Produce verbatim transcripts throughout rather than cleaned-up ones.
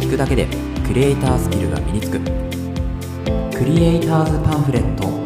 聞くだけでクリエイタースキルが身につくクリエイターズパンフレット。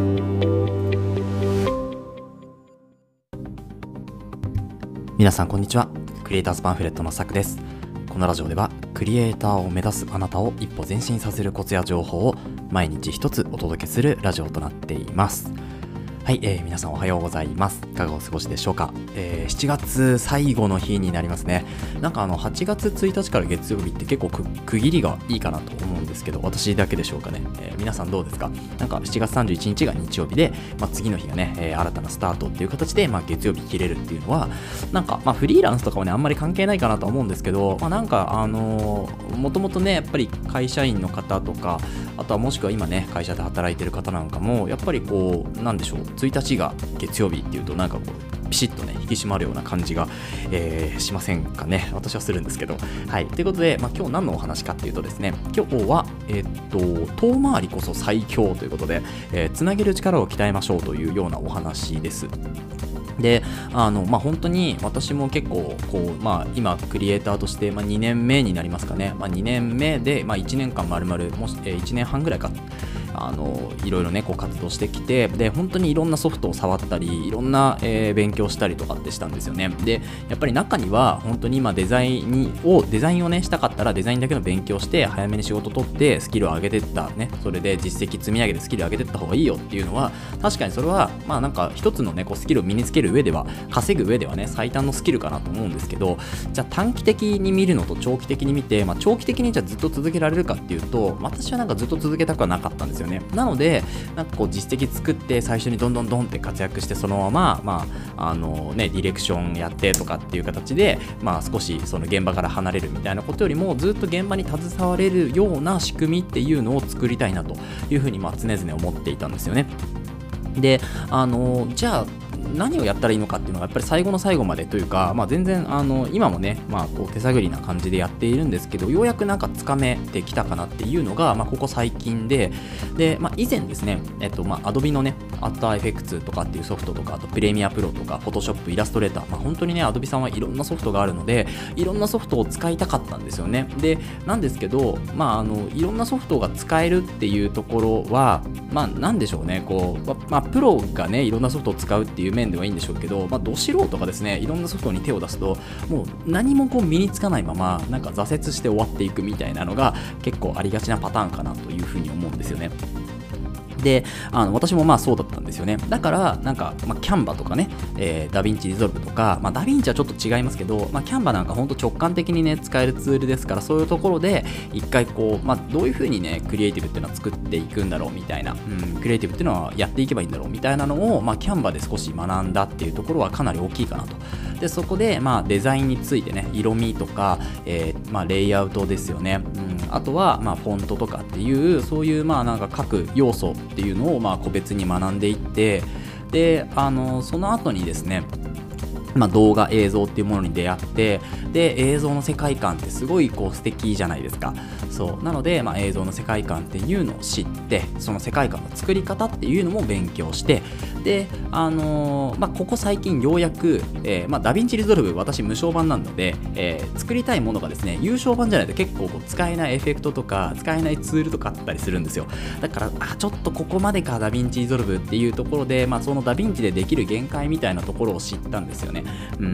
皆さんこんにちは。クリエイターズパンフレットのさくです。このラジオではクリエイターを目指すあなたを一歩前進させるコツや情報を毎日一つお届けするラジオとなっています。はい、えー、皆さんおはようございます。いかがお過ごしでしょうか。えー、しちがつ最後の日になりますね。なんかあのはちがつついたちから月曜日って結構く区切りがいいかなと思うんですけど、私だけでしょうかね。えー、皆さんどうですか。なんかしちがつさんじゅういちにちが日曜日で、まあ、次の日がね、えー、新たなスタートっていう形で、まあ、月曜日切れるっていうのはなんか、まあ、フリーランスとかもねあんまり関係ないかなと思うんですけど、まあ、なんかあのー、もともとねやっぱり会社員の方とか、あとはもしくは今ね会社で働いてる方なんかもやっぱりこうなんでしょう、ついたちが月曜日っていうとなんかこうピシッとね引き締まるような感じが、えー、しませんかね。私はするんですけど、はいということで、まあ、今日何のお話かっていうとですね、今日はえー、っと遠回りこそ最強ということで、えー、つなげる力を鍛えましょうというようなお話です。で、あのまあ、本当に私も結構こう、まあ、今クリエイターとして、まあ、にねんめになりますかね、まあ、にねんめで、まあ、いちねんかん丸々もし、えー、いちねんはんぐらいかあのいろいろねこう活動してきて、で本当にいろんなソフトを触ったりいろんな、えー、勉強したりとかってしたんですよね。でやっぱり中には本当に今デザインをデザインをねしたかったらデザインだけの勉強して早めに仕事取ってスキルを上げてったね、それで実績積み上げてスキルを上げてった方がいいよっていうのは確かにそれはまあなんか一つのねこうスキルを身につける上では稼ぐ上ではね最短のスキルかなと思うんですけど、じゃあ短期的に見るのと長期的に見て、まあ、長期的にじゃあずっと続けられるかっていうと私はなんかずっと続けたくはなかったんですよね。なのでなんかこう実績作って最初にどんどんどんって活躍してそのまままああのねディレクションやってとかっていう形でまあ少しその現場から離れるみたいなことよりもずっと現場に携われるような仕組みっていうのを作りたいなというふうにまあ常々思っていたんですよね。であのじゃあ何をやったらいいのかっていうのがやっぱり最後の最後までというか、まあ、全然あの今もね、まあ、こう手探りな感じでやっているんですけど、ようやくなんかつかめてきたかなっていうのが、まあ、ここ最近でで、まあ、以前ですね、えっとまあ、Adobe のねアフターエフェクツとかっていうソフトとか、あとプレミアプロとか Photoshop、イラストレーター、まあ、本当にね Adobe さんはいろんなソフトがあるのでいろんなソフトを使いたかったんですよね。でなんですけど、まあ、あのいろんなソフトが使えるっていうところはまあなんでしょうね、こう、ままあ、プロがねいろんなソフトを使うっていう面ではいいんでしょうけど、まあ、ど素人がですねいろんなソフトに手を出すともう何もこう身につかないままなんか挫折して終わっていくみたいなのが結構ありがちなパターンかなというふうに思うんですよね。であの私もまあそうだったんですよね。だからなんか、まあ、キャンバとかね、えー、ダヴィンチリゾルブとか、まあ、ダヴィンチはちょっと違いますけど、まあ、キャンバなんか本当直感的にね使えるツールですから、そういうところで一回こう、まあ、どういう風にねクリエイティブっていうのは作っていくんだろうみたいな、うん、クリエイティブっていうのはやっていけばいいんだろうみたいなのを、まあ、キャンバで少し学んだっていうところはかなり大きいかなと。でそこで、まあ、デザインについてね色味とか、えーまあ、レイアウトですよね、うん、あとは、まあ、フォントとかっていうそういうまあなんか各要素っていうのをまあ個別に学んでいって、であのその後にですねまあ、動画映像っていうものに出会って、で映像の世界観ってすごいこう素敵じゃないですか。そうなので、まあ、映像の世界観っていうのを知って、その世界観の作り方っていうのも勉強して、であのーまあ、ここ最近ようやく、えーまあ、ダヴィンチリゾルブ私無償版なので、えー、作りたいものがですね有償版じゃないと結構こう使えないエフェクトとか使えないツールとかあったりするんですよ。だからあちょっとここまでかダヴィンチリゾルブっていうところで、まあ、そのダヴィンチでできる限界みたいなところを知ったんですよね。うん、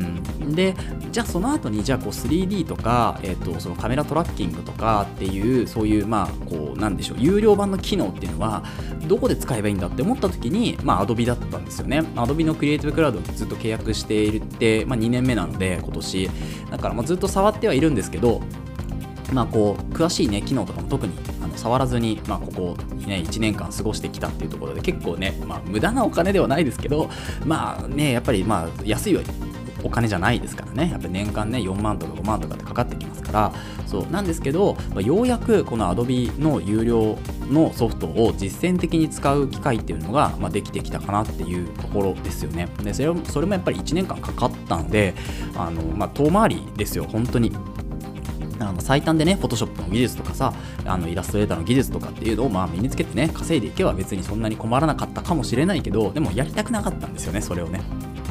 でじゃあその後にじゃあこう スリーディー とか、えー、とそのカメラトラッキングとかっていうそういうまあこうなんでしょう有料版の機能っていうのはどこで使えばいいんだって思った時に、まあ Adobe だったんですよね。Adobe のクリエイティブクラウドをずっと契約しているって、まあ、にねんめなので今年だからまあずっと触ってはいるんですけど、まあこう詳しいね機能とかも特にあの触らずに、まあ、ここ、ね、いちねんかん過ごしてきたっていうところで結構ね、まあ、無駄なお金ではないですけど、まあねやっぱりまあ安いお金じゃないですからね、やっぱり年間ねよんまんとかごまんとかってかかってきますから、そうなんですけど、まあ、ようやくこの Adobe の有料のソフトを実践的に使う機会っていうのが、まあ、できてきたかなっていうところですよね。でそれも、それもやっぱりいちねんかんかかったので、あの、まあ、遠回りですよ本当に。あの最短でね、Photoshop の技術とかさ、あのイラストレーターの技術とかっていうのをまあ身につけてね、稼いでいけば別にそんなに困らなかったかもしれないけど、でもやりたくなかったんですよね、それをね。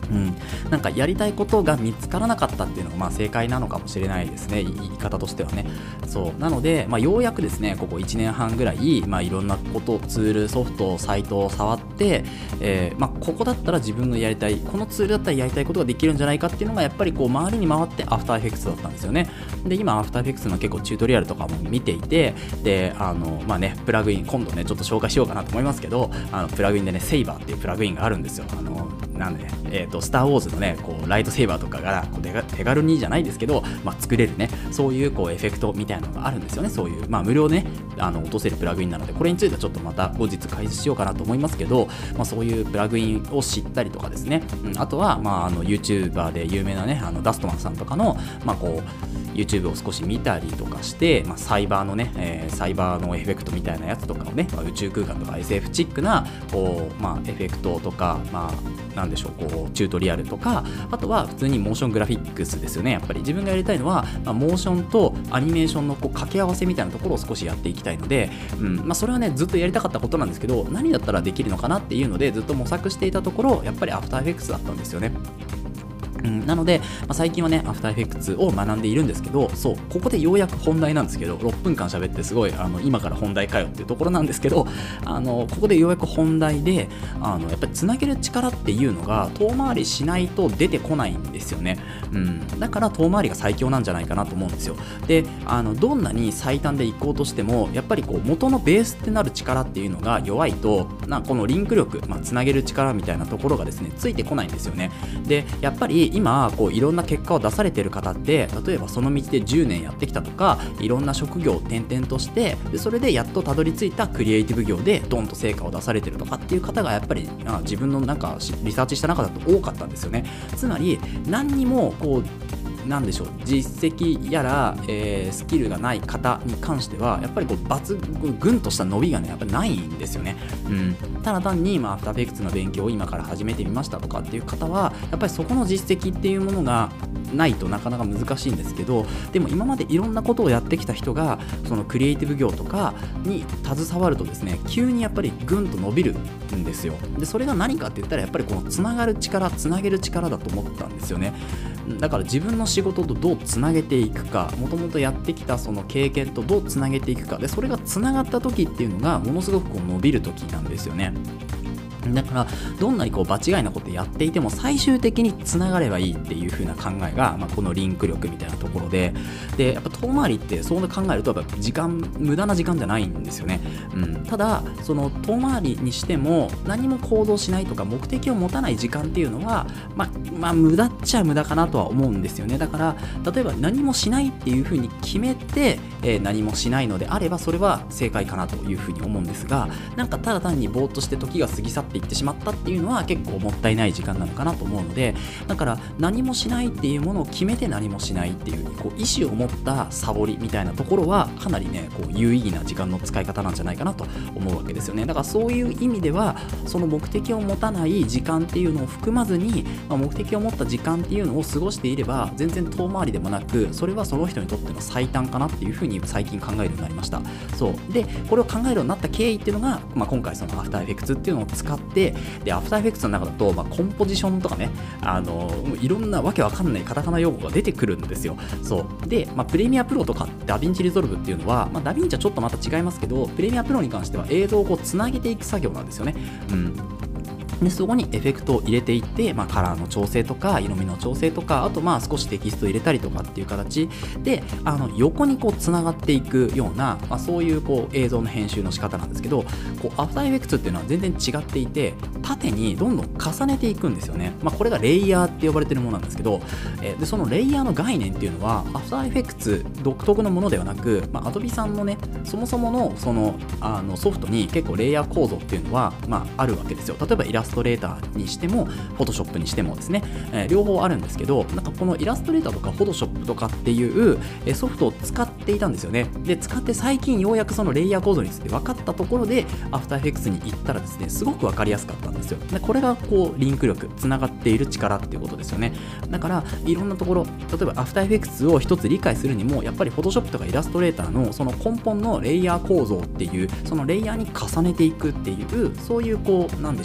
うん、なんかやりたいことが見つからなかったっていうのがまあ正解なのかもしれないですね、言い方としてはね。そうなので、まあ、ようやくですねここいちねんはんぐらい、まあ、いろんなことツールソフトサイトを触って、えーまあ、ここだったら自分のやりたいこのツールだったらやりたいことができるんじゃないかっていうのがやっぱりこう周りに回ってアフターエフェクツだったんですよね。で今アフターエフェクツの結構チュートリアルとかも見ていて、であのまあねプラグイン今度ねちょっと紹介しようかなと思いますけど、あのプラグインでねセイバーっていうプラグインがあるんですよ。あのなんでね、えーと、スター・ウォーズのね、こうライトセーバーとかがこう手軽にじゃないですけど、まあ、作れるね、そういうこうエフェクトみたいなのがあるんですよね。そういう、まあ、無料でね、あの落とせるプラグインなので、これについてはちょっとまた後日開示しようかなと思いますけど、まあ、そういうプラグインを知ったりとかですね、うん、あとは、まあ、あの YouTuber で有名なね、あのダストマンさんとかの、まあ、こう YouTube を少し見たりとかして、まあ、サイバーのね、えー、サイバーのエフェクトみたいなやつとかをね、まあ、宇宙空間とか エスエフ チックなこう、まあ、エフェクトとか、まあ、なんでしょう、こうチュートリアルとか、あとは普通にモーショングラフィックスですよね。やっぱり自分がやりたいのは、まあ、モーションとアニメーションのこう掛け合わせみたいなところを少しやっていきたいので、うんまあ、それはねずっとやりたかったことなんですけど、何だったらできるのかなっていうのでずっと模索していたところ、やっぱりアフターエフェクツだったんですよね。うん、なので、まあ、最近はねアフターエフェクツを学んでいるんですけど、そうここでようやく本題なんですけど、ろっぷんかん喋ってすごいあの今から本題かよっていうところなんですけど、あのここでようやく本題で、あのやっぱりつなげる力っていうのが遠回りしないと出てこないんですよね。うん、だから遠回りが最強なんじゃないかなと思うんですよ。であのどんなに最短でいこうとしても、やっぱりこう元のベースってなる力っていうのが弱いと、なこのリンク力、まあ、つなげる力みたいなところがですねついてこないんですよね。でやっぱり今こういろんな結果を出されている方って、例えばその道でじゅうねんやってきたとか、いろんな職業を転々として、でそれでやっとたどり着いたクリエイティブ業でドンと成果を出されてるとかっていう方がやっぱりあ自分のなんかリサーチした中だと多かったんですよね。つまり何にもこうなんでしょう、実績やら、えー、スキルがない方に関してはやっぱりこう抜群とした伸びがねやっぱりないんですよね。うん、ただ単に、まあ、アフターエフェクツの勉強を今から始めてみましたとかっていう方はやっぱりそこの実績っていうものがないとなかなか難しいんですけど、でも今までいろんなことをやってきた人がそのクリエイティブ業とかに携わるとですね、急にやっぱりぐんと伸びるんですよ。でそれが何かって言ったらやっぱりこのつながる力、つなげる力だと思ったんですよね。だから自分の仕事とどうつなげていくか、もともとやってきたその経験とどうつなげていくかで、それがつながった時っていうのがものすごくこう伸びる時なんですよね。だからどんなにこう場違いなことやっていても最終的につながればいいっていう風な考えが、まあ、このリンク力みたいなところで、でやっぱ遠回りってそう考えるとやっぱ時間無駄な時間じゃないんですよね。うん、ただその遠回りにしても何も行動しないとか目的を持たない時間っていうのはまあ、まあ、無駄っちゃ無駄かなとは思うんですよね。だから例えば何もしないっていう風に決めて、えー、何もしないのであればそれは正解かなという風に思うんですが、なんかただ単にぼーっとして時が過ぎ去っていってしまったっていうのは結構もったいない時間なのかなと思うので、だから何もしないっていうものを決めて何もしないっていうこう意思を持ったサボりみたいなところはかなりねこう有意義な時間の使い方なんじゃないかなと思うわけですよね。だからそういう意味ではその目的を持たない時間っていうのを含まずに、まあ、目的を持った時間っていうのを過ごしていれば全然遠回りでもなく、それはその人にとっての最短かなっていうふうに最近考えるようになりました。そうでこれを考えるようになった経緯っていうのが、まあ、今回そのアフターエフェクツっていうのを使ってでアフターエフェクツの中だと、まあ、コンポジションとかね、あのいろんなわけわかんないカタカナ用語が出てくるんですよ。そうで、まあ、プレミアプロとかダヴィンチリゾルブっていうのは、まあ、ダヴィンチはちょっとまた違いますけど、プレミアプロに関しては映像をこうつなげていく作業なんですよね。うんでそこにエフェクトを入れていって、まあ、カラーの調整とか色味の調整とか、あとまあ少しテキストを入れたりとかっていう形であの横にこうつながっていくような、まあ、そういうこう映像の編集の仕方なんですけど、こうアフターエフェクツっていうのは全然違っていて、縦にどんどん重ねていくんですよね。まあ、これがレイヤーって呼ばれてるものなんですけど、えー、でそのレイヤーの概念っていうのはアフターエフェクツ独特のものではなく、まあ、Adobe さんのねそもそものそのあのソフトに結構レイヤー構造っていうのは、まあ、あるわけですよ。例えばイラストレーターにしても Photoshop にしてもですね、えー、両方あるんですけど、なんかこのイラストレーターとか Photoshop とかっていう、えー、ソフトを使っていたんですよね。で使って最近ようやくそのレイヤー構造について分かったところで After Effects に行ったらですね、すごく分かりやすかったんですよ。でこれがこうリンク力、つながっている力っていうことですよね。だからいろんなところ、例えば After Effects を一つ理解するにもやっぱり Photoshop とかイラストレーターのその根本のレイヤー構造っていう、そのレイヤーに重ねていくっていう、そういうこうなんでしょうね、プロセ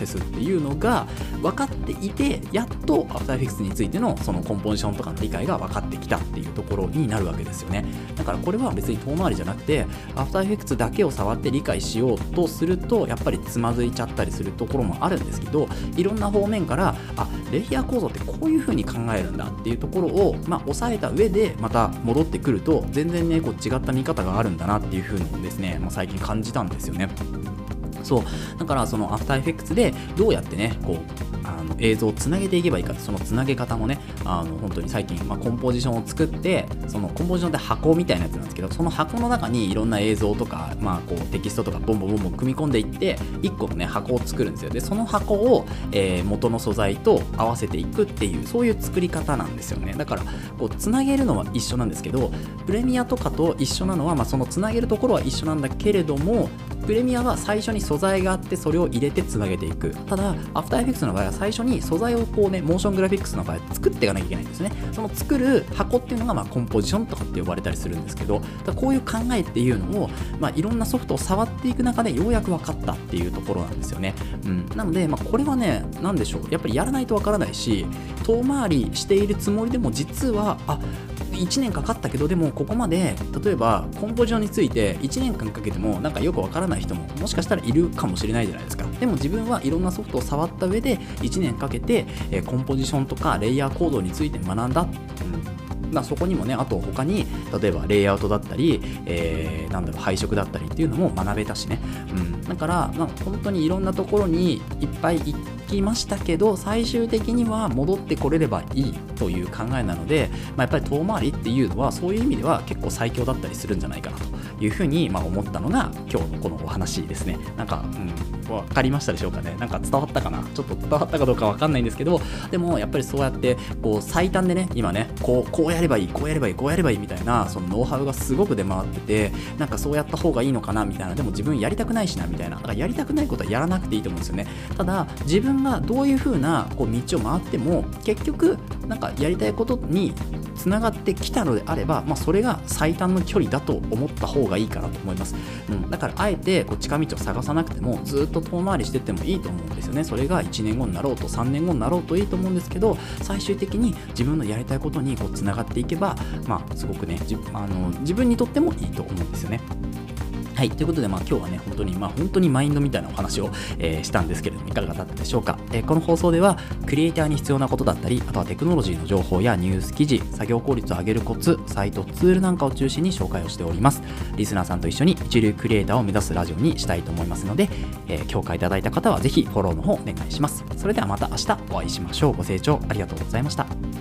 セスっていうのが分かっていて、やっとアフターエフェクツについてのそのコンポジションとかの理解が分かってきたっていうところになるわけですよね。だからこれは別に遠回りじゃなくて、アフターエフェクツだけを触って理解しようとするとやっぱりつまずいちゃったりするところもあるんですけど、いろんな方面からあレイヤー構造ってこういう風に考えるんだっていうところをまあ抑えた上でまた戻ってくると、全然ねこう違った見方があるんだなっていう風にですね、まあ、最近感じたんですよね。そうだからそのアフターエフェクツでどうやってねこうあの映像をつなげていけばいいか、そのつなげ方もねあの本当に最近、まあ、コンポジションを作って、そのコンポジションって箱みたいなやつなんですけど、その箱の中にいろんな映像とか、まあ、こうテキストとかボンボンボンボン組み込んでいっていっこのね箱を作るんですよ。でその箱を、えー、元の素材と合わせていくっていう、そういう作り方なんですよね。だからこうつなげるのは一緒なんですけど、プレミアとかと一緒なのは、まあ、そのつなげるところは一緒なんだけれども、プレミアは最初に素材があってそれを入れてつなげていく。ただアフターエフェクツの場合は最初に素材をこうねモーショングラフィックスの場合は作っていかなきゃいけないんですね。その作る箱っていうのがまあコンポジションとかって呼ばれたりするんですけど、だこういう考えっていうのを、まあ、いろんなソフトを触っていく中でようやく分かったっていうところなんですよね。うん、なので、まあ、これはね何でしょう、やっぱりやらないと分からないし、遠回りしているつもりでも実はあいちねんかかったけど、でもここまで例えばコンポジションについていちねんかんかけてもなんかよくわからない人ももしかしたらいるかもしれないじゃないですか。でも自分はいろんなソフトを触った上でいちねんかけて、えー、コンポジションとかレイヤーコードについて学んだ、うんまあ、そこにもねあと他に例えばレイアウトだったり、えー、なんだろう配色だったりっていうのも学べたしね、うん、だから、まあ、本当にいろんなところにいっぱい行きましたけど、最終的には戻ってこれればいいという考えなので、まあ、やっぱり遠回りっていうのはそういう意味では結構最強だったりするんじゃないかなというふうにまあ思ったのが今日のこのお話ですね。なんか、うん、分かりましたでしょうかね。なんか伝わったかな、ちょっと伝わったかどうか分かんないんですけど、でもやっぱりそうやってこう最短でね今ねこうこうやればいいこうやればいいこうやればいいみたいなそのノウハウがすごく出回ってて、なんかそうやった方がいいのかなみたいな、でも自分やりたくないしなみたいな、だからやりたくないことはやらなくていいと思うんですよね。ただ自分がどういう風なこう道を回っても結局なんかやりたいことにつながってきたのであれば、まあ、それが最短の距離だと思った方がいいかなと思います、うん、だからあえてこう近道を探さなくてもずっと遠回りしてってもいいと思うんですよね。それがいちねんごになろうとさんねんごになろうといいと思うんですけど、最終的に自分のやりたいことにこうつながっていけば、まあ、すごくねじあの自分にとってもいいと思うんですよね。はい、ということで、まあ、今日はね本当に、まあ、本当にマインドみたいなお話を、えーしたんですけれども、いかがだったでしょうか。えーこの放送ではクリエイターに必要なことだったり、あとはテクノロジーの情報やニュース記事、作業効率を上げるコツ、サイトツールなんかを中心に紹介をしております。リスナーさんと一緒に一流クリエイターを目指すラジオにしたいと思いますので、えー、共感いただいた方はぜひフォローの方お願いします。それではまた明日お会いしましょう。ご清聴ありがとうございました。